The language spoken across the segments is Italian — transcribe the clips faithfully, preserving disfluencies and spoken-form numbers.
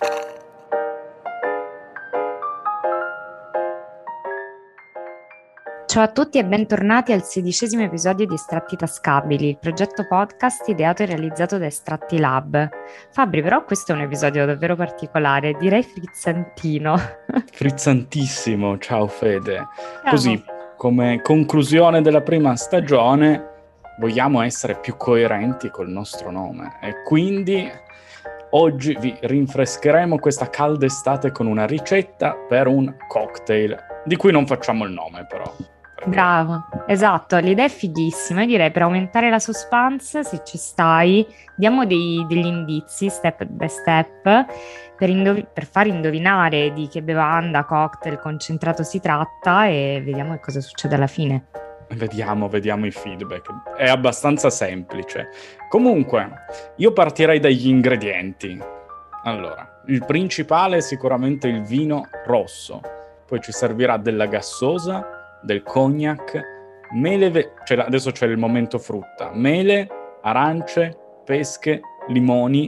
Ciao a tutti e bentornati al sedicesimo episodio di Estratti Tascabili, il progetto podcast ideato e realizzato da Estratti Lab. Fabri, però questo è un episodio davvero particolare, direi frizzantino. Frizzantissimo, ciao Fede. Ciao. Così, come conclusione della prima stagione, vogliamo essere più coerenti col nostro nome e quindi oggi vi rinfrescheremo questa calda estate con una ricetta per un cocktail, di cui non facciamo il nome però. Bravo, esatto, l'idea è fighissima. Io direi per aumentare la suspense, se ci stai, diamo dei- degli indizi step by step per, indovi- per far indovinare di che bevanda, cocktail, concentrato si tratta e vediamo che cosa succede alla fine. Vediamo, vediamo i feedback. È abbastanza semplice. Comunque, io partirei dagli ingredienti. Allora, il principale è sicuramente il vino rosso. Poi ci servirà della gassosa, del cognac, mele, ve- cioè, adesso c'è il momento frutta, mele, arance, pesche, limoni.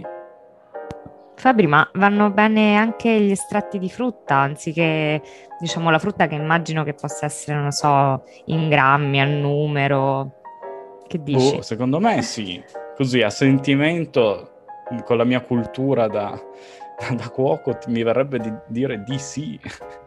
Fabri, ma vanno bene anche gli estratti di frutta, anziché, diciamo, la frutta che immagino che possa essere, non lo so, in grammi, al numero. Che dici? Boh, secondo me sì, così a sentimento, con la mia cultura da, da cuoco, ti- mi verrebbe di dire di sì.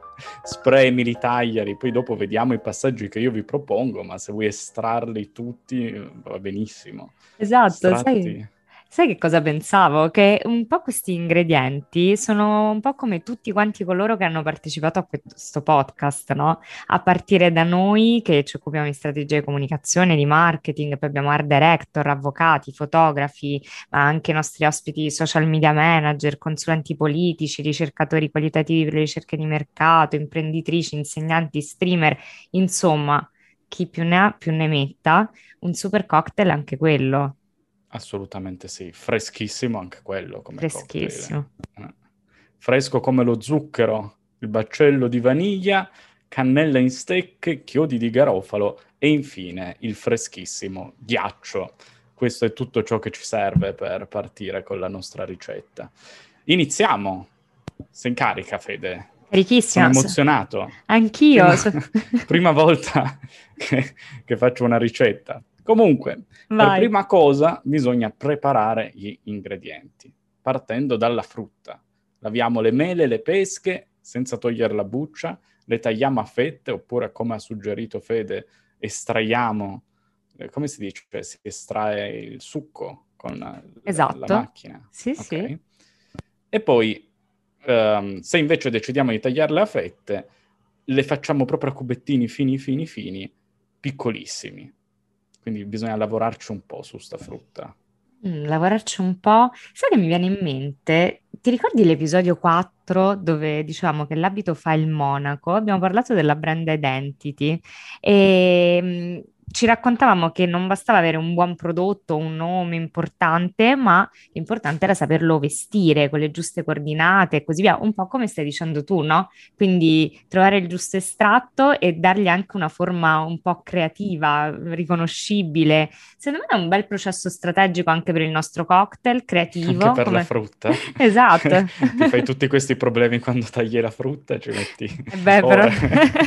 Spremi, tagliali, poi dopo vediamo i passaggi che io vi propongo, ma se vuoi estrarli tutti va benissimo. Esatto, sai, Estratti. sai che cosa pensavo? Che un po' questi ingredienti sono un po' come tutti quanti coloro che hanno partecipato a questo podcast, no? A partire da noi che ci occupiamo di strategia di comunicazione, di marketing, poi abbiamo art director, avvocati, fotografi, ma anche i nostri ospiti social media manager, consulenti politici, ricercatori qualitativi per le ricerche di mercato, imprenditrici, insegnanti, streamer, insomma, chi più ne ha più ne metta. Un super cocktail anche quello, Assolutamente sì, freschissimo anche quello come cocktail. freschissimo. Eh. Fresco come lo zucchero, il baccello di vaniglia, cannella in stecche, chiodi di garofalo e infine il freschissimo ghiaccio. Questo è tutto ciò che ci serve per partire con la nostra ricetta. Iniziamo! Sei in carica, Fede? Sono Ricchissimo. S- emozionato. Anch'io. Prima, so- prima volta che, che faccio una ricetta. Comunque, per Vai. prima cosa bisogna preparare gli ingredienti, partendo dalla frutta. Laviamo le mele, le pesche, senza togliere la buccia, le tagliamo a fette, oppure, come ha suggerito Fede, estraiamo, eh, come si dice? Cioè, si estrae il succo con la, la Esatto. macchina. Sì, sì. Ok? E poi, ehm, se invece decidiamo di tagliarle a fette, le facciamo proprio a cubettini fini, fini, fini, piccolissimi. Quindi bisogna lavorarci un po' su sta frutta. Mm, lavorarci un po'. Sai che mi viene in mente? Ti ricordi l'episodio quattro dove diciamo che l'abito fa il monaco? Abbiamo parlato della brand identity e mm, ci raccontavamo che non bastava avere un buon prodotto, un nome importante, ma l'importante era saperlo vestire con le giuste coordinate e così via, un po' come stai dicendo tu, no? Quindi trovare il giusto estratto e dargli anche una forma un po' creativa, riconoscibile. Secondo me è un bel processo strategico anche per il nostro cocktail Anche creativo, per la come... frutta. Esatto. Ti fai tutti questi problemi quando tagli la frutta, ci metti E beh, però... ore.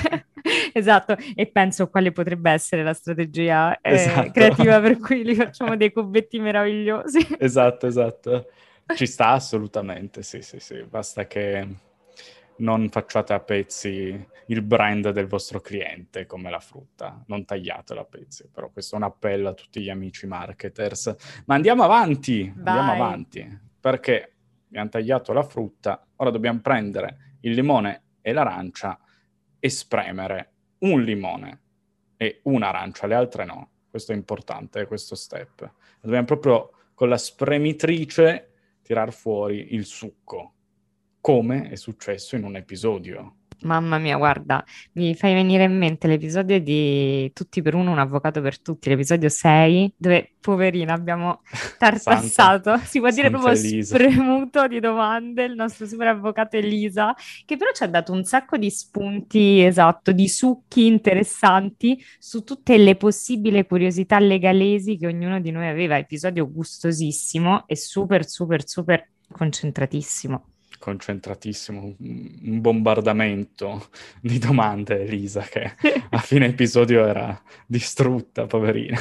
Esatto, e penso quale potrebbe essere la strategia eh, Esatto. creativa per cui li facciamo dei cubetti meravigliosi. Esatto, esatto. Ci sta assolutamente, sì, sì, sì. Basta che non facciate a pezzi il brand del vostro cliente come la frutta. Non tagliatelo a pezzi. Però questo è un appello a tutti gli amici marketers. Ma andiamo avanti, andiamo Vai. avanti. Perché abbiamo tagliato la frutta, ora dobbiamo prendere il limone e l'arancia e spremere un limone e un'arancia, le altre no. Questo è importante, questo step. Dobbiamo proprio con la spremitrice tirar fuori il succo, come è successo in un episodio. Mamma mia, guarda, mi fai venire in mente l'episodio di Tutti per uno, un avvocato per tutti, l'episodio sei, dove, poverina, abbiamo Santa, tartassato, si può dire Santa proprio Elisa. spremuto di domande, il nostro super avvocato Elisa, che però ci ha dato un sacco di spunti, esatto, di succhi interessanti su tutte le possibili curiosità legalesi che ognuno di noi aveva. Episodio gustosissimo e super, super, super concentratissimo. concentratissimo, un bombardamento di domande, Elisa, che a fine episodio era distrutta, poverina.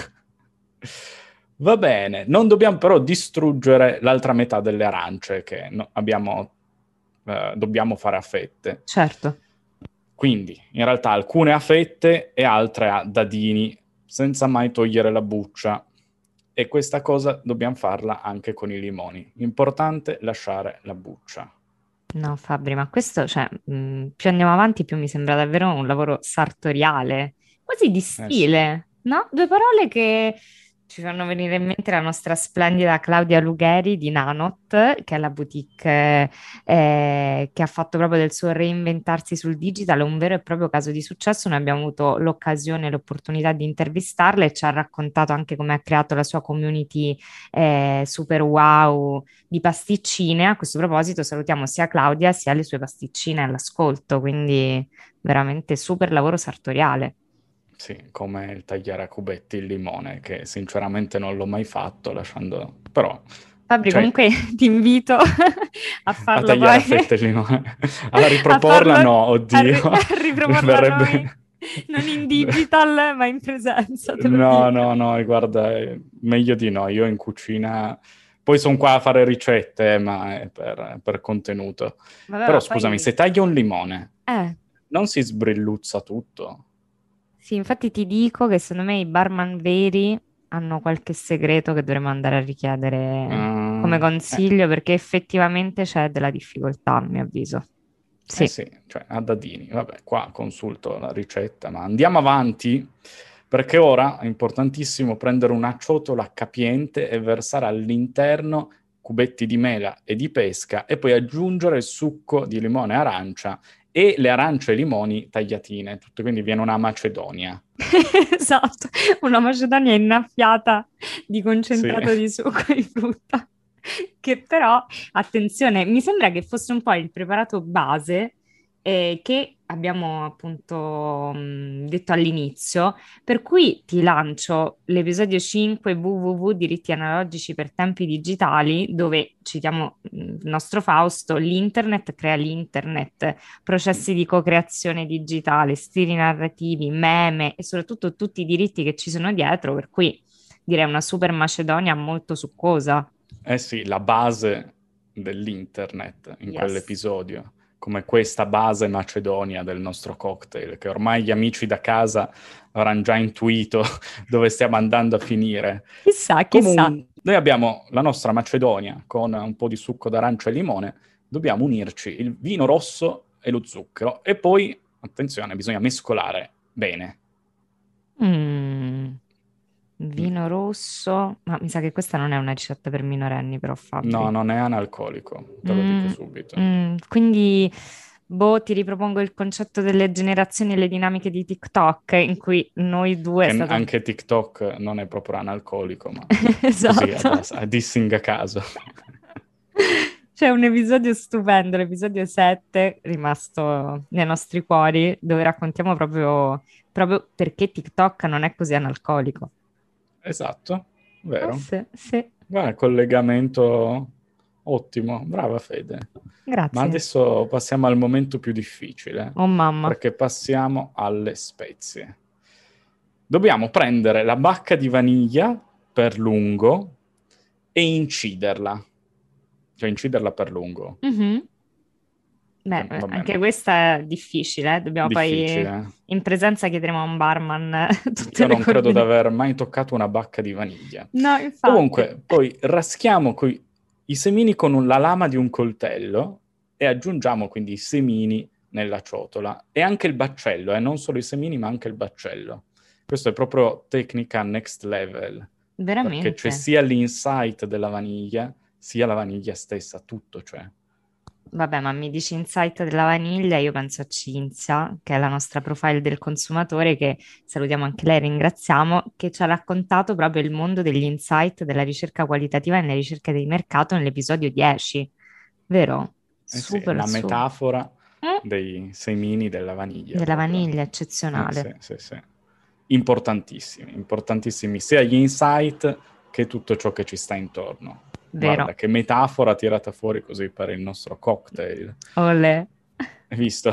Va bene, non dobbiamo però distruggere l'altra metà delle arance che no, abbiamo, eh, dobbiamo fare a fette. Certo. Quindi, in realtà, alcune a fette e altre a dadini, senza mai togliere la buccia. E questa cosa dobbiamo farla anche con i limoni. Importante lasciare la buccia. No, Fabri, ma questo, cioè, mh, più andiamo avanti, più mi sembra davvero un lavoro sartoriale, quasi di Eh sì. stile, no? Due parole che ci fanno venire in mente la nostra splendida Claudia Lugheri di Nanot, che è la boutique eh, che ha fatto proprio del suo reinventarsi sul digital un vero e proprio caso di successo. Noi abbiamo avuto l'occasione e l'opportunità di intervistarla e ci ha raccontato anche come ha creato la sua community eh, super wow di pasticcine. A questo proposito salutiamo sia Claudia sia le sue pasticcine all'ascolto, quindi veramente super lavoro sartoriale. Sì, come il tagliare a cubetti il limone, che sinceramente non l'ho mai fatto, lasciando... Però, Fabri, cioè, comunque ti invito a a farlo tagliare poi, a fette il limone. A a riproporla farlo, no, a, oddio. ri- a riproporla noi, Verrebbe... non in digital, ma in presenza, te lo No, dico. no, no, guarda, è meglio di no. Io in cucina... Poi sono qua a fare ricette, ma è per, per contenuto. Vabbè, Però ma scusami, poi... se tagli un limone, Eh, non si sbrilluzza tutto? sì, infatti ti dico che secondo me i barman veri hanno qualche segreto che dovremmo andare a richiedere come Mm, eh, consiglio, perché effettivamente c'è della difficoltà, a mio avviso. Eh Sì. sì, cioè a dadini. Vabbè, qua consulto la ricetta, ma andiamo avanti perché ora è importantissimo prendere una ciotola capiente e versare all'interno cubetti di mela e di pesca e poi aggiungere il succo di limone e arancia e le arance e i limoni tagliatine, tutto, quindi viene una macedonia. Esatto, una macedonia innaffiata di Sì. concentrato di succo di frutta, che però, attenzione, mi sembra che fosse un po' il preparato base eh, che abbiamo appunto mh, detto all'inizio, per cui ti lancio l'episodio cinque w w w diritti analogici per tempi digitali, dove citiamo mh, il nostro Fausto, l'internet crea l'internet, processi di co-creazione digitale, stili narrativi, meme e soprattutto tutti i diritti che ci sono dietro, per cui direi una super Macedonia molto succosa. Eh sì, la base dell'internet in Yes. quell'episodio, come questa base macedonia del nostro cocktail, che ormai gli amici da casa avranno già intuito dove stiamo andando a finire. Chissà, chissà. Comunque, noi abbiamo la nostra macedonia con un po' di succo d'arancia e limone, dobbiamo unirci il vino rosso e lo zucchero e poi, attenzione, bisogna mescolare bene. Mm, vino Mm. rosso, ma mi sa che questa non è una ricetta per minorenni, però No, Fabri. non è analcolico, te lo dico Mm, subito. mm, quindi, boh, ti ripropongo il concetto delle generazioni e le dinamiche di TikTok, in cui noi due è Che stato... anche TikTok non è proprio analcolico, ma così a, Esatto. a dissing a caso. C'è un episodio stupendo, l'episodio sette, rimasto nei nostri cuori, dove raccontiamo proprio, proprio perché TikTok non è così analcolico. Esatto, Ah, vero. sì, sì, Guarda, collegamento ottimo, brava Fede. Ma grazie. adesso passiamo al momento più difficile, Oh mamma. perché passiamo alle spezie. Dobbiamo prendere la bacca di vaniglia per lungo e inciderla, cioè inciderla per lungo. Mhm. Beh, Che, eh, va anche bene, questa è difficile, eh. Dobbiamo poi difficile. in presenza chiederemo a un barman tutte Io le non credo di coordinate. aver mai toccato una bacca di vaniglia. No, infatti. Comunque, poi raschiamo coi- i semini con un- la lama di un coltello e aggiungiamo quindi i semini nella ciotola e anche il baccello, eh, non solo i semini ma anche il baccello. Questo è proprio tecnica next level, perché c'è Veramente. sia l'insight della vaniglia, sia la vaniglia stessa, tutto cioè. Vabbè, ma mi dici insight della vaniglia, io penso a Cinzia, che è la nostra profile del consumatore, che salutiamo anche lei, ringraziamo, che ci ha raccontato proprio il mondo degli insight della ricerca qualitativa nelle ricerche di mercato nell'episodio dieci, vero? Eh sì, Super la su. metafora Mm, dei semini della vaniglia della proprio. vaniglia, Eh sì, eccezionale. sì, sì. Importantissimi, importantissimi sia gli insight che tutto ciò che ci sta intorno. Vero. Guarda, che metafora tirata fuori così per il nostro cocktail. Olè. Hai visto?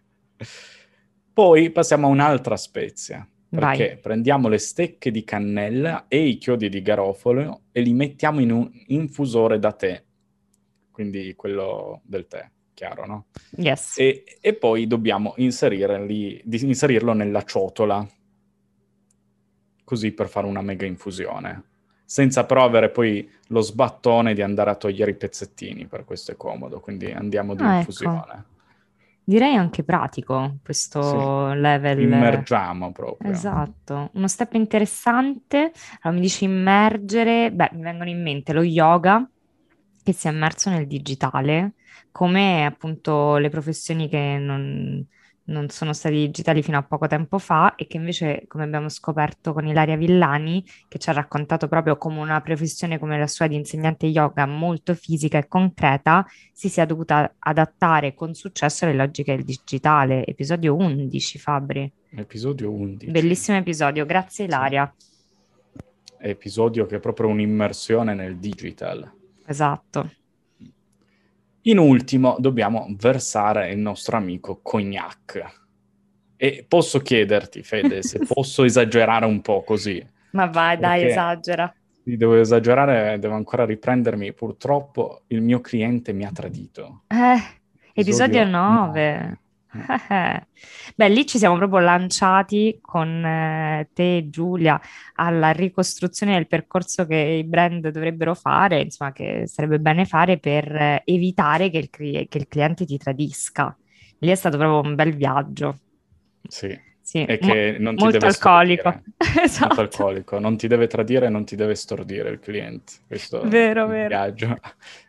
Poi passiamo a un'altra spezia, Vai. perché prendiamo le stecche di cannella e i chiodi di garofalo e li mettiamo in un infusore da tè, quindi quello del tè, chiaro, no? Yes. E, e poi dobbiamo inserirli, di inserirlo nella ciotola, così per fare una mega infusione, senza però avere poi lo sbattone di andare a togliere i pezzettini, per questo è comodo, quindi andiamo di Ah, ecco. infusione. Direi anche pratico Sì, questo ci level. immergiamo proprio. Esatto. Uno step interessante. Allora, mi dici immergere. Beh, mi vengono in mente lo yoga che si è immerso nel digitale, come appunto le professioni che non, non sono state digitali fino a poco tempo fa e che invece, come abbiamo scoperto con Ilaria Villani, che ci ha raccontato proprio come una professione come la sua di insegnante yoga molto fisica e concreta, si sia dovuta adattare con successo alle logiche del digitale. Episodio undici, Fabri. Episodio undici. Bellissimo episodio, grazie Sì. Ilaria. Episodio che è proprio un'immersione nel digital. Esatto. In ultimo dobbiamo versare il nostro amico cognac. E posso chiederti, Fede, se posso esagerare un po' così, Ma vai, dai, perché esagera. sì, devo esagerare, devo ancora riprendermi. Purtroppo il mio cliente mi ha tradito. Eh, episodio Episodio nove. nove. Eh, Eh, Beh, lì ci siamo proprio lanciati con eh, te e Giulia alla ricostruzione del percorso che i brand dovrebbero fare, insomma, che sarebbe bene fare per eh, evitare che il, cli- che il cliente ti tradisca. Lì è stato proprio un bel viaggio. Sì, Sì, e mo- che non ti molto deve alcolico. stordire. Molto Esatto. alcolico, non ti deve tradire, non ti deve stordire il cliente. Questo è Vero, il vero. viaggio.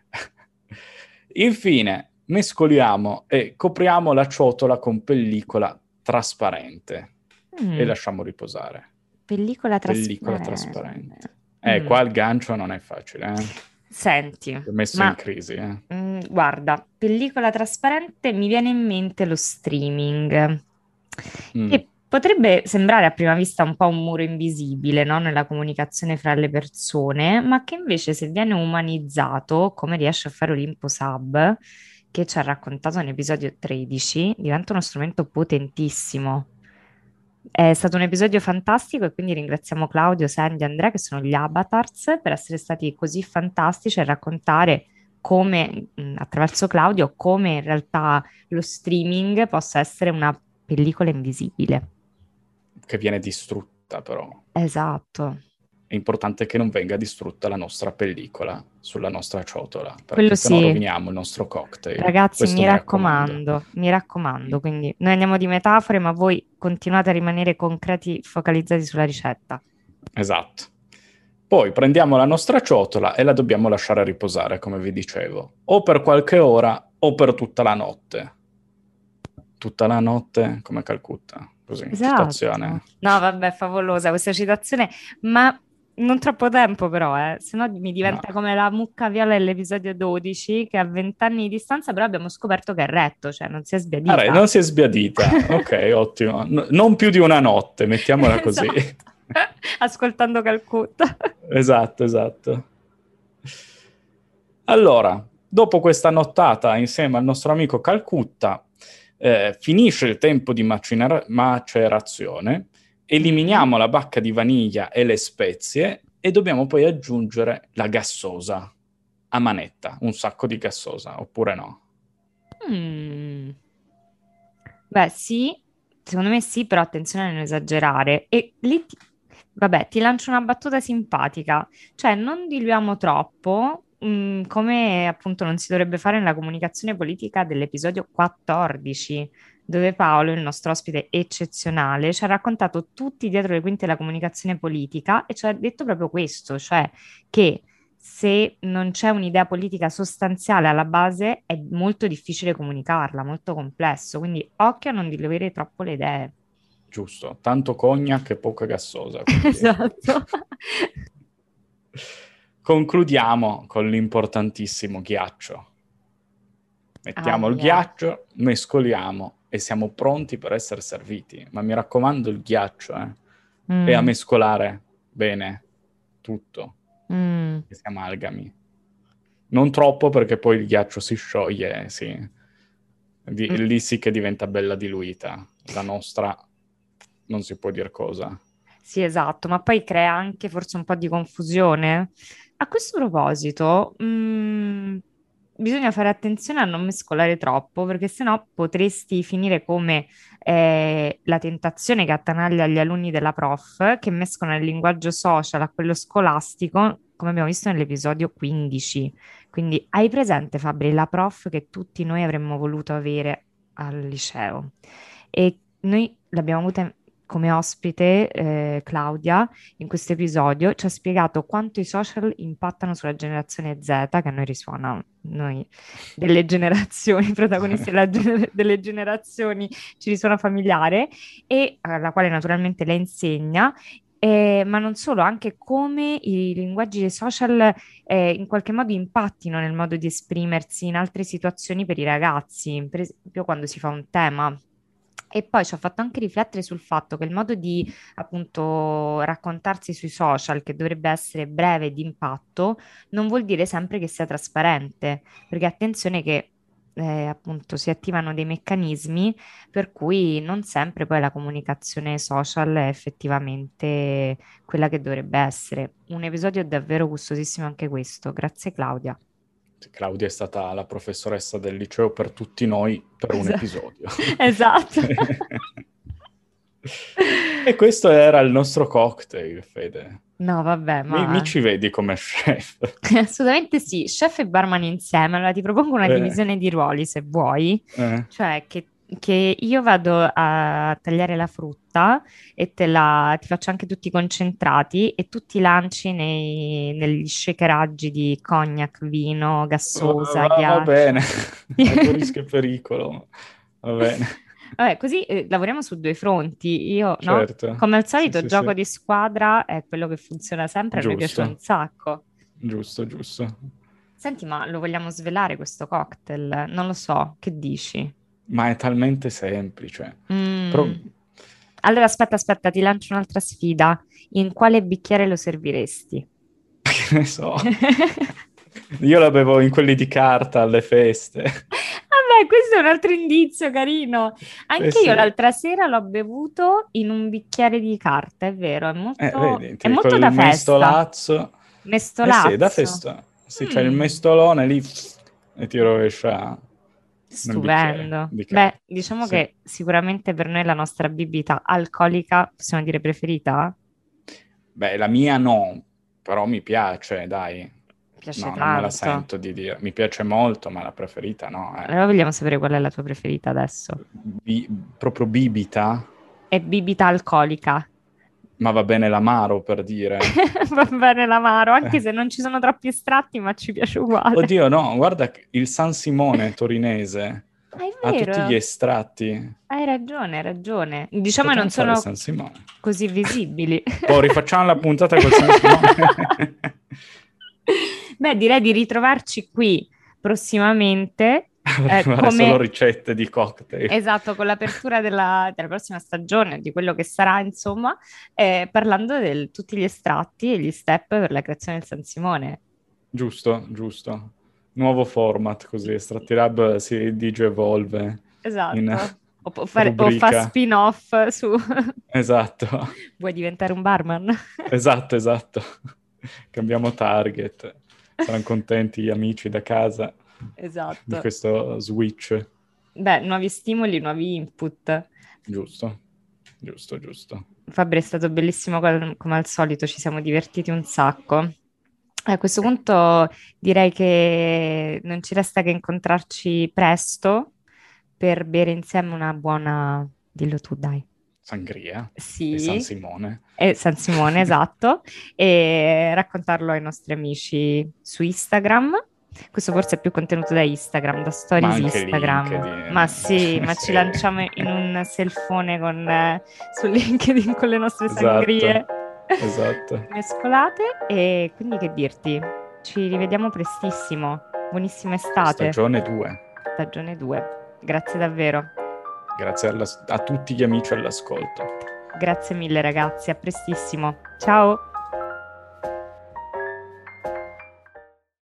Infine, mescoliamo e copriamo la ciotola con pellicola trasparente e Mm, lasciamo riposare. pellicola Pellicola trasparente. trasparente. Eh, Mm. qua il gancio non è facile, eh? Senti, Ti ho messo in ma crisi, eh? mm, guarda, pellicola trasparente mi viene in mente lo streaming, Mm. che potrebbe sembrare a prima vista un po' un muro invisibile, no, nella comunicazione fra le persone, ma che invece se viene umanizzato, come riesce a fare Olimpo Sub, che ci ha raccontato nell'episodio tredici, diventa uno strumento potentissimo. È stato un episodio fantastico e quindi ringraziamo Claudio, Sandy e Andrea, che sono gli avatars, per essere stati così fantastici a raccontare come, mh, attraverso Claudio, come in realtà lo streaming possa essere una pellicola invisibile. Che viene distrutta, però. Esatto, È importante che non venga distrutta la nostra pellicola sulla nostra ciotola, perché quello sennò sì. roviniamo il nostro cocktail. Ragazzi, Questo mi mi raccomando. raccomando, mi raccomando. Mm. Quindi noi andiamo di metafore, ma voi continuate a rimanere concreti, focalizzati sulla ricetta. Esatto. Poi prendiamo la nostra ciotola e la dobbiamo lasciare riposare, come vi dicevo, o per qualche ora o per tutta la notte. Tutta la notte come Calcutta, così, Esatto. citazione. No, vabbè, favolosa questa citazione, ma non troppo tempo però, eh. Se no mi No. diventa come la mucca viola dell'episodio dodici, che a vent'anni di distanza però abbiamo scoperto che è retto, cioè non si è Ah, re, sbiadita. non si è sbiadita. Ok, ottimo. No- non più di una notte, mettiamola così. Esatto. Ascoltando Calcutta. Esatto, esatto. Allora, dopo questa nottata insieme al nostro amico Calcutta, eh, finisce il tempo di macina- macerazione, Mhm. eliminiamo la bacca di vaniglia e le spezie e dobbiamo poi aggiungere la gassosa a manetta, un sacco di gassosa, oppure no? Mm. Beh, sì, secondo me sì, però attenzione a non esagerare. E lì, ti- vabbè, ti lancio una battuta simpatica, cioè non diluiamo troppo, mm, come appunto non si dovrebbe fare nella comunicazione politica dell'episodio quattordici, dove Paolo, il nostro ospite eccezionale, ci ha raccontato tutti dietro le quinte della comunicazione politica e ci ha detto proprio questo, cioè che se non c'è un'idea politica sostanziale alla base, è molto difficile comunicarla, molto complesso. Quindi occhio a non diluire troppo le idee. Giusto, tanto cognac e poca gassosa, quindi. Esatto. Concludiamo con l'importantissimo ghiaccio. Mettiamo il Aia. ghiaccio, mescoliamo e siamo pronti per essere serviti. Ma mi raccomando il ghiaccio, eh. E a Mm, mescolare bene tutto, mm. che si amalgami. Non troppo perché poi il ghiaccio si scioglie, sì. Di- Mm. lì sì che diventa bella diluita. La nostra non si può dire cosa. Sì, esatto, ma poi crea anche forse un po' di confusione. A questo proposito, mh, bisogna fare attenzione a non mescolare troppo, perché sennò potresti finire come eh, la tentazione che attanaglia gli alunni della prof, che mescolano il linguaggio social a quello scolastico, come abbiamo visto nell'episodio quindici. Quindi hai presente, Fabri, la prof che tutti noi avremmo voluto avere al liceo? E noi l'abbiamo avuta come ospite, eh, Claudia, in questo episodio, ci ha spiegato quanto i social impattano sulla generazione Z, che a noi risuona, noi delle generazioni, protagonisti della gener- delle generazioni, ci risuona familiare, e alla quale naturalmente lei insegna. Eh, ma non solo, anche come i linguaggi dei social eh, in qualche modo impattino nel modo di esprimersi in altre situazioni per i ragazzi, per esempio quando si fa un tema. E poi ci ha fatto anche riflettere sul fatto che il modo di appunto raccontarsi sui social, che dovrebbe essere breve e d'impatto, non vuol dire sempre che sia trasparente, perché attenzione che eh, appunto si attivano dei meccanismi per cui non sempre poi la comunicazione social è effettivamente quella che dovrebbe essere. Un episodio davvero gustosissimo anche questo. Grazie Claudia. Claudia è stata la professoressa del liceo per tutti noi per un Esa- episodio. Esatto. E questo era il nostro cocktail, Fede. No, vabbè, Mi, mi ma ci vedi come chef? assolutamente sì, chef e barman insieme. Allora ti propongo una Eh, divisione di ruoli se vuoi, eh. cioè che, che io vado a tagliare la frutta e te la, ti faccio anche tutti i concentrati e tu ti lanci nei- negli shakeraggi di cognac, vino, Va, gassosa, va- va bene, ghiaccio. a tuo rischio e pericolo. Va bene, Vabbè, così eh, lavoriamo su due fronti. Io, no? certo. Come al Sì, solito, sì, gioco sì. di squadra è quello che funziona sempre, a noi piace un Giusto, sacco. giusto, giusto. Senti, ma lo vogliamo svelare questo cocktail? Non lo so, che dici? Ma è talmente semplice. Però, Mm. Allora, aspetta, aspetta, ti lancio un'altra sfida. In quale bicchiere lo serviresti? che ne so. Io l'avevo in quelli di carta alle feste. Vabbè, questo è un altro indizio carino. Eh Anche io sì, l'altra sera l'ho bevuto in un bicchiere di carta, è vero, è eh, molto, vedi, è ti- molto col da festa. mestolazzo. Eh sì, da Mestolazzo. festa. Sì, c'è il Mm. mestolone lì e ti rovescia nel bicchiere Stupendo. di Beh, carta. diciamo Sì. che sicuramente per noi la nostra bibita alcolica, possiamo dire preferita, Beh, la mia no, però mi piace, dai. mi piace No, non me la tanto. sento di dire. Mi piace molto, ma la preferita no, eh. Allora vogliamo sapere qual è la tua preferita adesso. Bi- proprio bibita, È bibita alcolica. ma va bene l'amaro per dire. Va bene l'amaro, anche Eh. se non ci sono troppi estratti, ma ci piace uguale. Oddio, no, guarda, che il San Simone torinese Ah, è ha tutti gli vero, estratti. hai ragione, hai ragione. Diciamo che non Potremmo fare il sono San Simone. così visibili. Poi rifacciamo la puntata col San Simone. Beh, direi di ritrovarci qui prossimamente, Avrei eh, fare solo come ricette di cocktail. esatto, con l'apertura della, della prossima stagione, di quello che sarà, insomma, eh, parlando di tutti gli estratti e gli step per la creazione del San Simone. Giusto, giusto. Nuovo format, così Estratti Lab si digievolve in Esatto. O, può fare, o fa rubrica. spin-off su Esatto, vuoi diventare un barman? esatto, esatto. Cambiamo target. Saranno contenti gli amici da casa di Esatto. questo switch. Beh, nuovi stimoli, nuovi input. Giusto, giusto, giusto. Fabri, è stato bellissimo col- come al solito, ci siamo divertiti un sacco. A questo punto direi che non ci resta che incontrarci presto per bere insieme una buona, dillo tu, dai. Sangria e San Sì, Simone. e San Simone, esatto, e raccontarlo ai nostri amici su Instagram. Questo forse è più contenuto da Instagram, da Ma stories anche Instagram. Ma LinkedIn. sì, ma ci Sì, lanciamo in un selfone con, eh, su LinkedIn con le nostre esatto, sangrie esatto. mescolate. E quindi che dirti? Ci rivediamo prestissimo. Buonissima estate, Stagione due. stagione due. Grazie davvero. Grazie alla- a tutti gli amici all'ascolto. Grazie mille ragazzi, a prestissimo. Ciao.